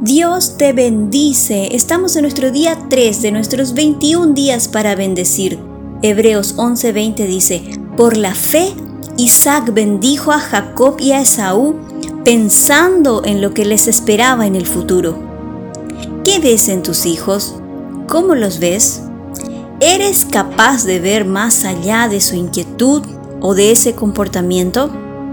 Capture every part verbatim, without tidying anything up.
Dios te bendice. Estamos en nuestro día tres de nuestros veintiún días para bendecir. Hebreos once veinte dice: por la fe, Isaac bendijo a Jacob y a Esaú, pensando en lo que les esperaba en el futuro. ¿Qué ves en tus hijos? ¿Cómo los ves? ¿Eres capaz de ver más allá de su inquietud o de ese comportamiento?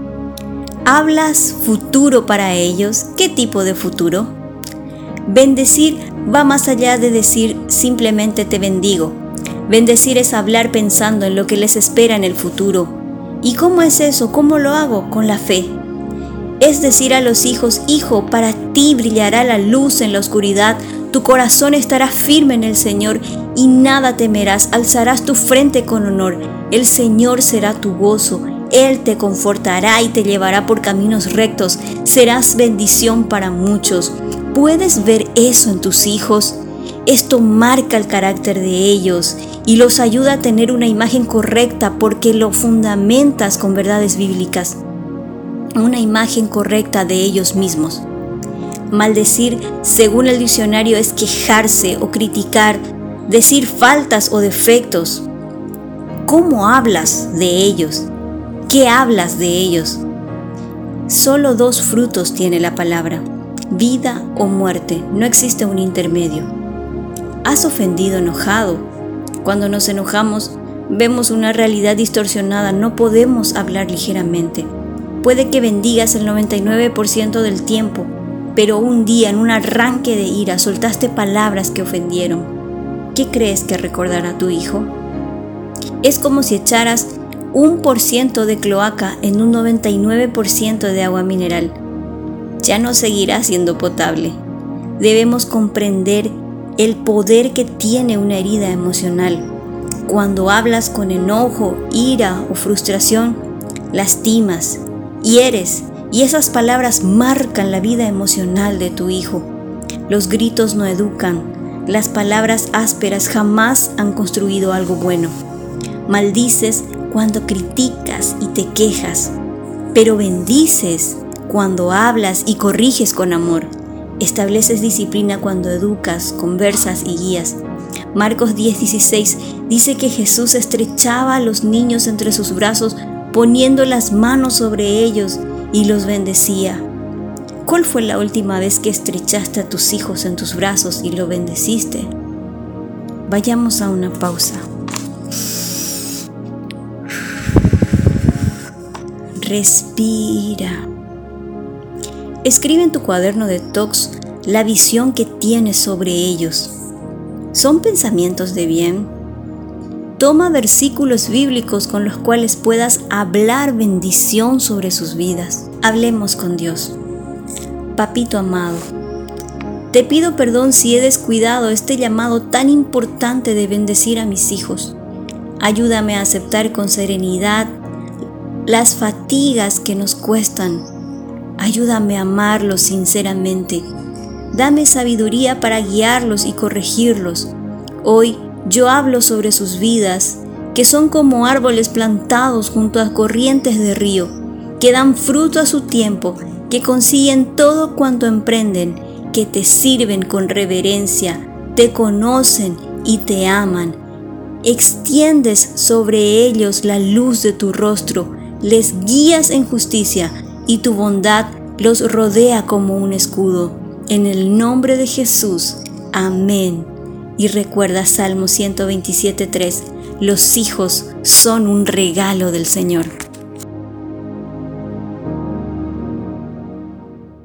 ¿Hablas futuro para ellos? ¿Qué tipo de futuro? Bendecir va más allá de decir simplemente te bendigo. Bendecir es hablar pensando en lo que les espera en el futuro. ¿Y cómo es eso? ¿Cómo lo hago? Con la fe. Es decir a los hijos: hijo, para ti brillará la luz en la oscuridad, tu corazón estará firme en el Señor y nada temerás, alzarás tu frente con honor, el Señor será tu gozo, Él te confortará y te llevará por caminos rectos, serás bendición para muchos. ¿Puedes ver eso en tus hijos? Esto marca el carácter de ellos y los ayuda a tener una imagen correcta porque lo fundamentas con verdades bíblicas. Una imagen correcta de ellos mismos. Maldecir, según el diccionario, es quejarse o criticar, decir faltas o defectos. ¿Cómo hablas de ellos? ¿Qué hablas de ellos? Solo dos frutos tiene la palabra: vida o muerte. No existe un intermedio. ¿Has ofendido enojado? Cuando nos enojamos, vemos una realidad distorsionada. No podemos hablar ligeramente. Puede que bendigas el noventa y nueve por ciento del tiempo, pero un día en un arranque de ira soltaste palabras que ofendieron. ¿Qué crees que recordará tu hijo? Es como si echaras un por ciento de cloaca en un noventa y nueve por ciento de agua mineral. Ya no seguirá siendo potable. Debemos comprender el poder que tiene una herida emocional. Cuando hablas con enojo, ira o frustración, lastimas, hieres, y esas palabras marcan la vida emocional de tu hijo. Los gritos no educan, las palabras ásperas jamás han construido algo bueno. Maldices cuando criticas y te quejas, pero bendices cuando hablas y corriges con amor. Estableces disciplina cuando educas, conversas y guías. Marcos diez dieciséis dice que Jesús estrechaba a los niños entre sus brazos, poniendo las manos sobre ellos y los bendecía. ¿Cuál fue la última vez que estrechaste a tus hijos en tus brazos y lo bendeciste? Vayamos a una pausa. Respira. Escribe en tu cuaderno de tocs la visión que tienes sobre ellos. ¿Son pensamientos de bien? Toma versículos bíblicos con los cuales puedas hablar bendición sobre sus vidas. Hablemos con Dios. Papito amado, te pido perdón si he descuidado este llamado tan importante de bendecir a mis hijos. Ayúdame a aceptar con serenidad las fatigas que nos cuestan. Ayúdame a amarlos sinceramente. Dame sabiduría para guiarlos y corregirlos. Hoy yo hablo sobre sus vidas, que son como árboles plantados junto a corrientes de río, que dan fruto a su tiempo, que consiguen todo cuanto emprenden, que te sirven con reverencia, te conocen y te aman. Extiendes sobre ellos la luz de tu rostro, les guías en justicia y tu bondad los rodea como un escudo. En el nombre de Jesús, amén. Y recuerda Salmo ciento veintisiete tres, los hijos son un regalo del Señor.